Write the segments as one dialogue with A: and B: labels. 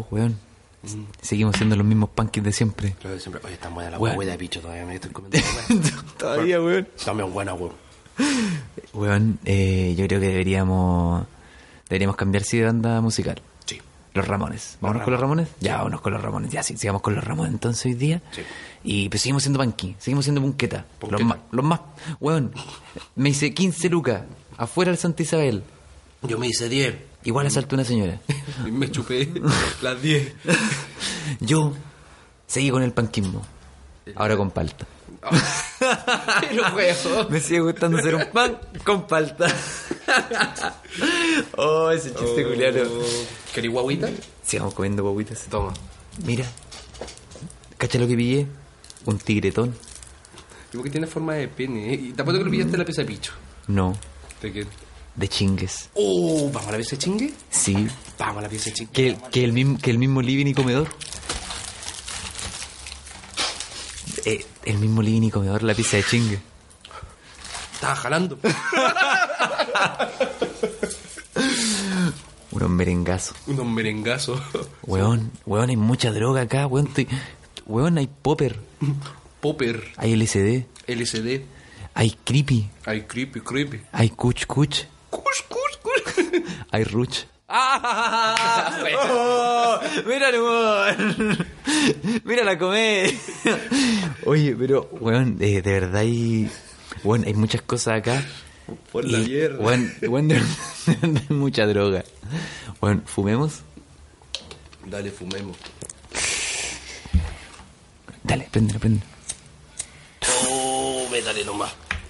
A: weón. Seguimos siendo los mismos punkis de siempre.
B: Lo de siempre. Oye, están buenas las
A: Weón.
B: huevas de bicho todavía. Me estoy comiendo la hueá.
A: Todavía, weón.
B: También buena, weón.
A: Weón, yo creo que deberíamos cambiar sí de banda musical.
B: Sí.
A: Los Ramones. ¿Vámonos con los Ramones? Ya, vámonos con los Ramones. Ya, sí, sigamos con los Ramones entonces hoy día.
B: Sí.
A: Y pues seguimos siendo punky, seguimos siendo punqueta.
B: Punqueta.
A: Los más, weón. Me hice 15 lucas afuera del Santa Isabel.
B: Yo me hice 10.
A: Igual asalté a una señora.
B: Y me chupé las 10.
A: Yo seguí con el panquismo. Ahora con palta.
B: Pero, weón.
A: Me sigue gustando hacer un pan con palta. Oh, ese chiste culiano.
B: ¿Querés guaguita?
A: Sigamos comiendo guaguitas.
B: Toma.
A: Mira. ¿Cacha lo que pillé? Un tigretón.
B: Y porque tiene forma de pene. Y te apuesto que lo pillaste en la pieza de picho.
A: No,
B: ¿De qué?
A: de chingues.
B: ¿Vamos a la pieza de chingue?
A: Sí.
B: Vamos a la pieza de chingue.
A: Que el mismo living y comedor. El mismo living y comedor, la pieza de chingue.
B: Estaba jalando.
A: Unos merengazos.
B: Unos merengazos.
A: Weón, hay mucha droga acá, weón. Weón, hay popper,
B: Popper.
A: hay LSD,
B: LSD.
A: hay creepy,
B: Ay, creepy.
A: hay kuch,
B: Kush.
A: hay ruch. ¡Ah! ¡Míralo, weón! ¡Mírala comer! Oye, pero, weón, de verdad hay... Weón, hay muchas cosas acá.
B: Por la mierda.
A: Weón, de verdad hay mucha droga. Weón, ¿fumemos?
B: Dale, fumemos.
A: Dale, prende.
B: Dale nomás.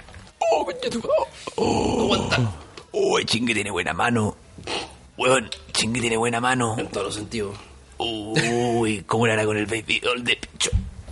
A: Aguanta. El chingue tiene buena mano. Weón, chingue tiene buena mano.
B: En todos los sentidos.
A: Uy, ¿cómo era con el baby doll de picho?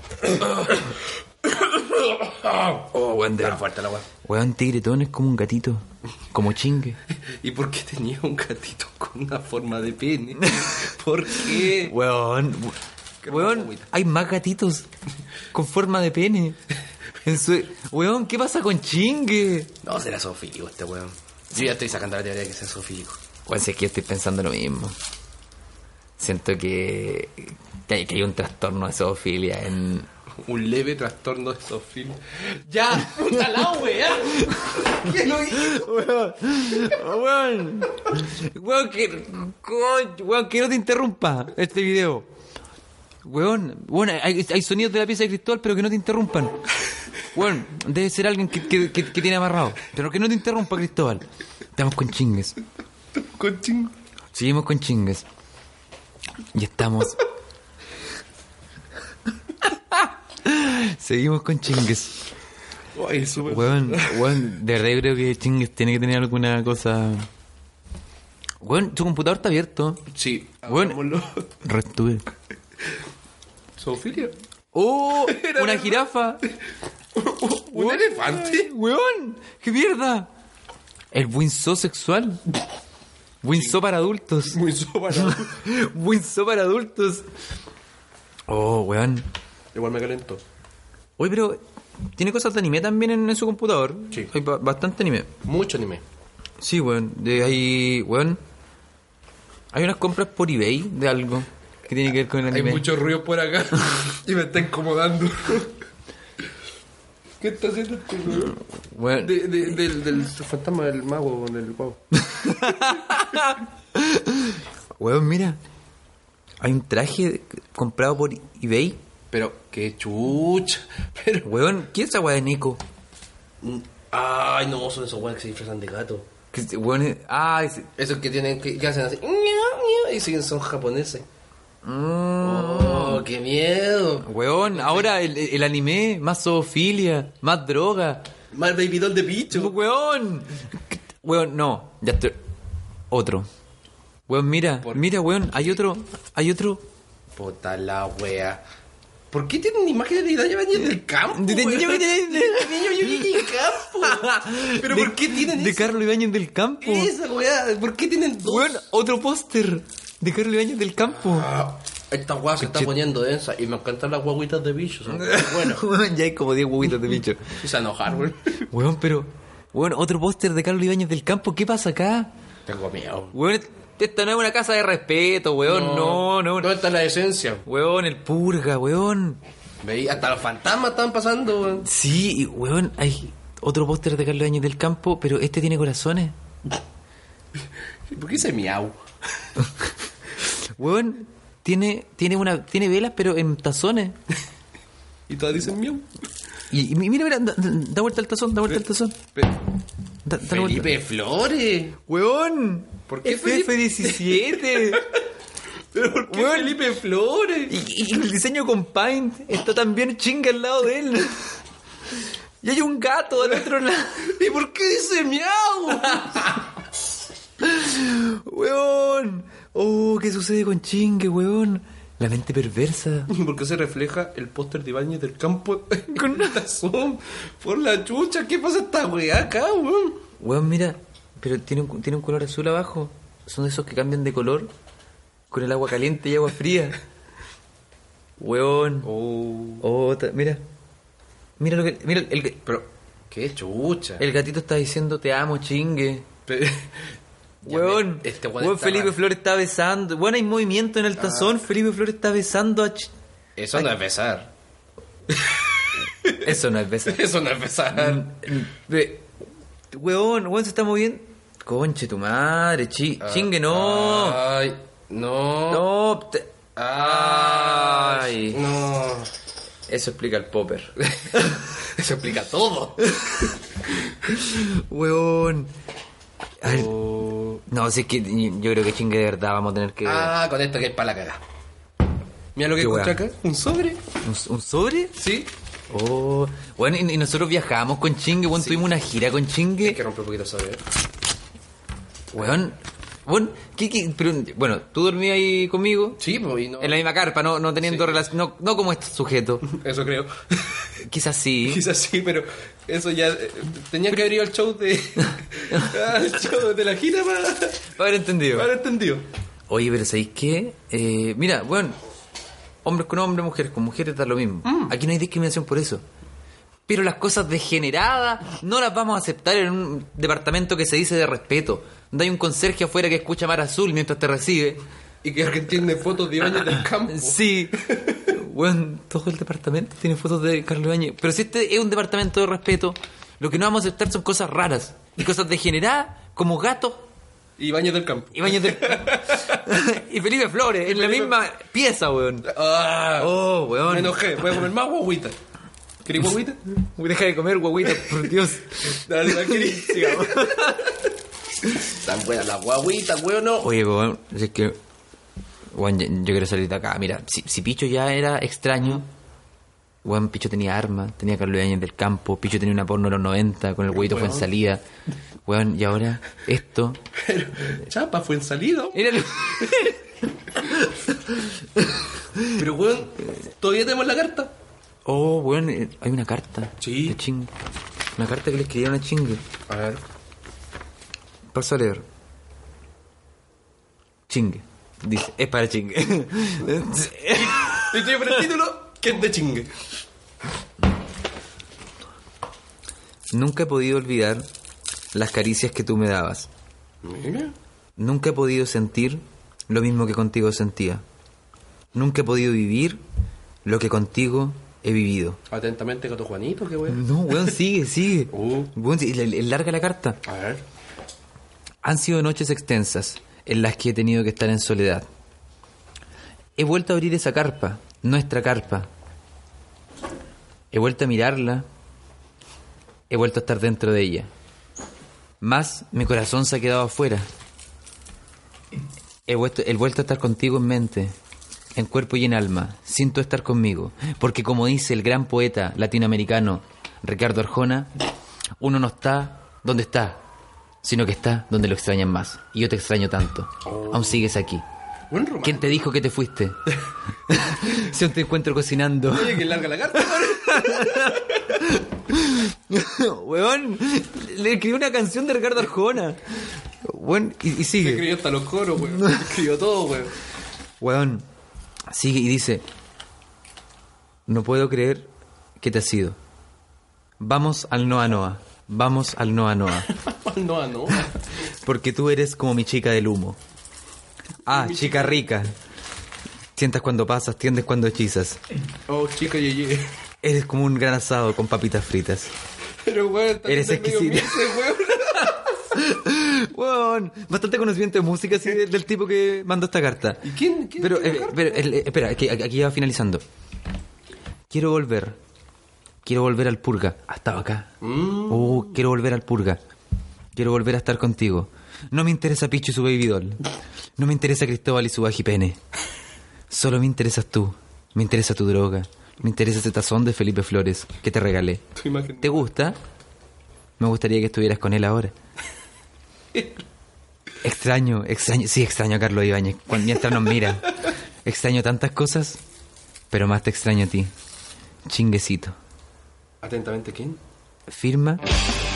A: Weón, de
B: Está fuerte la weá.
A: Weón, tigretón es como un gatito. Como chingue.
B: ¿Y por qué tenía un gatito con una forma de pene? ¿Por qué?
A: Weón, hay más gatitos con forma de pene. Weón, ¿qué pasa con chingue?
B: No, será zoofílico este weón. Yo ya estoy sacando la teoría de que sea zoofílico.
A: Weón, si es que yo estoy pensando lo mismo. Siento que hay un trastorno de zoofilia en...
B: Un leve trastorno de zoofilia. ¡Ya! ¡Puta la weá! ¿Qué lo hizo?
A: Weón, que no te interrumpa este video. Weón, hay sonidos de la pieza de Cristóbal, pero que no te interrumpan. Weón, debe ser alguien que tiene amarrado. Pero que no te interrumpa, Cristóbal. Estamos con chingues.
B: Con chingo.
A: Seguimos con chingues. Y estamos... Seguimos con chingues.
B: Ay, súper.
A: Weón, de verdad yo creo que chingues tiene que tener alguna cosa... Weón, tu computador está abierto.
B: Sí,
A: Bueno.
B: hagámoslo.
A: Restuve.
B: ¿Zoofilia?
A: ¡Oh! ¡Una jirafa!
B: ¿Un elefante?
A: ¡Weón! ¡Qué mierda! El Winso sexual. Winso para adultos.
B: Muy sóbano.
A: Winso para adultos. Oh, weón.
B: Igual me calentó.
A: Oye, pero tiene cosas de anime también en su computador.
B: Sí.
A: Hay bastante anime.
B: Mucho anime.
A: Sí, weón. Weón. Hay unas compras por eBay de algo que tiene que ver con el
B: Hay
A: anime.
B: mucho ruido por acá y me está incomodando. ¿Qué está haciendo este weón?
A: Weón.
B: Del fantasma del mago con el guau.
A: Weón, mira. Hay un traje comprado por eBay.
B: Pero, qué chucha. Pero.
A: Weón, ¿qué es esa weá de Nico?
B: Ay, no, son esos weones que se disfrazan de gato.
A: Weón,
B: Esos que tienen que hacen así. Y siguen, son japoneses. Oh, qué miedo.
A: weón, ahora el anime, más zoofilia, más droga.
B: Más baby doll de bicho.
A: Weón. Weón, no, ya estoy. Otro. Weón, mira, weón, hay otro.
B: Puta la wea. ¿Por qué tienen imágenes de Ida Bañez del campo?
A: De
B: weón?
A: niño
B: del campo. ¿Pero por qué tienen
A: de
B: eso?
A: Carlos Ibáñez del Campo.
B: Esa wea, ¿por qué tienen dos?
A: Weón, otro póster de Carlos Ibáñez del Campo.
B: Esta wea se está poniendo densa y me encantan las guaguitas de bichos. Bueno,
A: Weón, ya hay como 10 huevitos de bicho.
B: se enojar, weón.
A: Weón, pero. Weón, otro póster de Carlos Ibáñez del Campo. ¿Qué pasa acá?
B: Tengo miedo.
A: Weón, esta no es una casa de respeto, weón. No.
B: No está la esencia.
A: Weón, el purga, weón.
B: Veí, hasta los fantasmas estaban pasando, weón.
A: Sí, y, weón, hay otro póster de Carlos Ibáñez del Campo, pero este tiene corazones.
B: ¿Por qué dice miau?
A: Weón, tiene velas, pero en tazones.
B: Y todas dicen miau.
A: Y mira, da vuelta al tazón, Da la
B: Felipe
A: vuelta.
B: Flores.
A: Weón,
B: ¿Por qué
A: F17?
B: ¿Pero por qué
A: Weón.
B: Felipe Flores?
A: y el diseño con Paint está también chinga al lado de él. Y hay un gato al otro lado.
B: ¿Y por qué dice miau?
A: Weón. Oh, ¿qué sucede con Chingue, weón? La mente perversa.
B: ¿Por qué se refleja el póster de Ibáñez del Campo con el tazón? Por la chucha, ¿qué pasa esta weá acá, weón?
A: Weón, mira, pero tiene un color azul abajo. Son de esos que cambian de color con el agua caliente y agua fría. Weón. Oh, mira. Mira lo que. Mira,
B: Pero, qué chucha.
A: el gatito está diciendo te amo, Chingue. Weón,
B: Este weón
A: weón,
B: está
A: Felipe
B: mal.
A: Flores está besando. Bueno, hay movimiento en el tazón. Felipe Flores está besando a...
B: Eso no es besar.
A: Eso no es besar.
B: Eso no es besar.
A: Weón, se está moviendo. Conche tu madre, Chingue, no.
B: Ay, no.
A: No.
B: Ay, no.
A: Eso explica el popper.
B: Eso explica todo.
A: Weón. A ver,
B: Oh.
A: no, si es que yo creo que Chingue de verdad vamos a tener que...
B: Ah, con esto que es para la cagada. Mira lo que
A: Qué
B: encontré
A: weá.
B: acá. ¿Un sobre?
A: ¿Un sobre?
B: Sí.
A: Oh, bueno, y nosotros viajamos con Chingue, weón, tuvimos una gira con
B: Hay
A: Chingue.
B: que romper un poquito el sobre.
A: Weón, pero, bueno, tú dormías ahí conmigo,
B: Sí, pues, y no.
A: en la misma carpa, no teniendo
B: Sí.
A: relación, no como este sujeto.
B: Eso creo.
A: Quizás sí.
B: Quizás sí, pero eso ya. Tenía que haber ido al show de. al show de la gira para
A: Haber entendido.
B: haber entendido.
A: Oye, pero ¿sabéis qué? Mira, bueno, hombres con hombres, mujeres con mujeres, da lo mismo. Aquí no hay discriminación por eso. Pero las cosas degeneradas no las vamos a aceptar en un departamento que se dice de respeto. Donde hay un conserje afuera que escucha Mar Azul mientras te recibe.
B: Y que tiene fotos de Ibáñez del Campo.
A: Sí. Bueno, todo el departamento tiene fotos de Carlos Ibáñez. Pero si este es un departamento de respeto, lo que no vamos a aceptar son cosas raras. Y cosas degeneradas, como gatos.
B: Ibáñez del Campo.
A: Ibáñez del... y Felipe Flores, en la misma pieza, weón.
B: Ah,
A: Oh, weón.
B: me enojé. Voy a comer más guaguita. ¿Querés guaguita?
A: Deja de comer, guaguita, por Dios.
B: Dale, la querés.
A: Sigamos.
B: Tan buenas las guaguitas, weón, no.
A: Oye, weón, es que... Weón, yo quiero salir de acá. Mira, si Picho ya era extraño... Weón, Picho tenía armas, tenía Carlos Ibáñez del Campo, Picho tenía una porno de los 90, con el huevito fue en salida. Weón, y ahora esto...
B: Pero, chapa, fue en salida.
A: Míralo.
B: Pero, weón, ¿todavía tenemos la carta?
A: Oh, weón, hay una carta.
B: Sí.
A: De Chingue. Una carta que le escribieron a Chingue.
B: A ver.
A: Paso a leer. Chingue. Dice, es para Chingue.
B: Estoy por el título, que es de chingue.
A: Nunca he podido olvidar las caricias que tú me dabas.
B: Mira.
A: Nunca he podido sentir lo mismo que contigo sentía. Nunca he podido vivir lo que contigo he vivido.
B: Atentamente, Gato Juanito, qué weón.
A: No, weón, sigue. Weón, es larga la carta.
B: A ver.
A: Han sido noches extensas en las que he tenido que estar en soledad. He vuelto a abrir esa carpa, nuestra carpa. He vuelto a mirarla. He vuelto a estar dentro de ella. Más mi corazón se ha quedado afuera. He vuelto a estar contigo en mente, en cuerpo y en alma, sin tú estar conmigo. Porque como dice el gran poeta latinoamericano Ricardo Arjona, uno no está donde está, sino que está donde lo extrañan más. Y yo te extraño tanto. Aún sigues aquí.
B: Buen romance.
A: ¿Quién te dijo que te fuiste? Si aún te encuentro cocinando.
B: Oye, que larga la carta,
A: Weón, le escribió una canción de Ricardo Arjona. Weón, y sigue.
B: Escribió hasta los coros, weón. Escribió todo, weón.
A: Weón, sigue y dice: no puedo creer que te has ido. Vamos al Noa Noa. Vamos al Noa Noa.
B: No, no.
A: Porque tú eres como mi chica del humo. Ah, chica rica. Sientas cuando pasas, tiendes cuando hechizas.
B: Oh, chica, ye.
A: Eres como un gran asado con papitas fritas.
B: Pero, weón,
A: Eres exquisita. Weón, bastante conocimiento de música así del tipo que mandó esta carta.
B: ¿Y quién
A: Pero,
B: tiene la carta?
A: espera, aquí ya va finalizando. Quiero volver al Purga. Ha estado acá. Quiero volver al Purga. Quiero volver a estar contigo. No me interesa Picho y su Baby Doll. No me interesa Cristóbal y su bajipene. Solo me interesas tú. Me interesa tu droga. Me interesa ese tazón de Felipe Flores que te regalé.
B: Tu imagen.
A: ¿Te gusta? Me gustaría que estuvieras con él ahora. Extraño a Carlos Ibáñez mientras nos mira. Extraño tantas cosas, pero más te extraño a ti. Chinguecito.
B: Atentamente, ¿quién?
A: Firma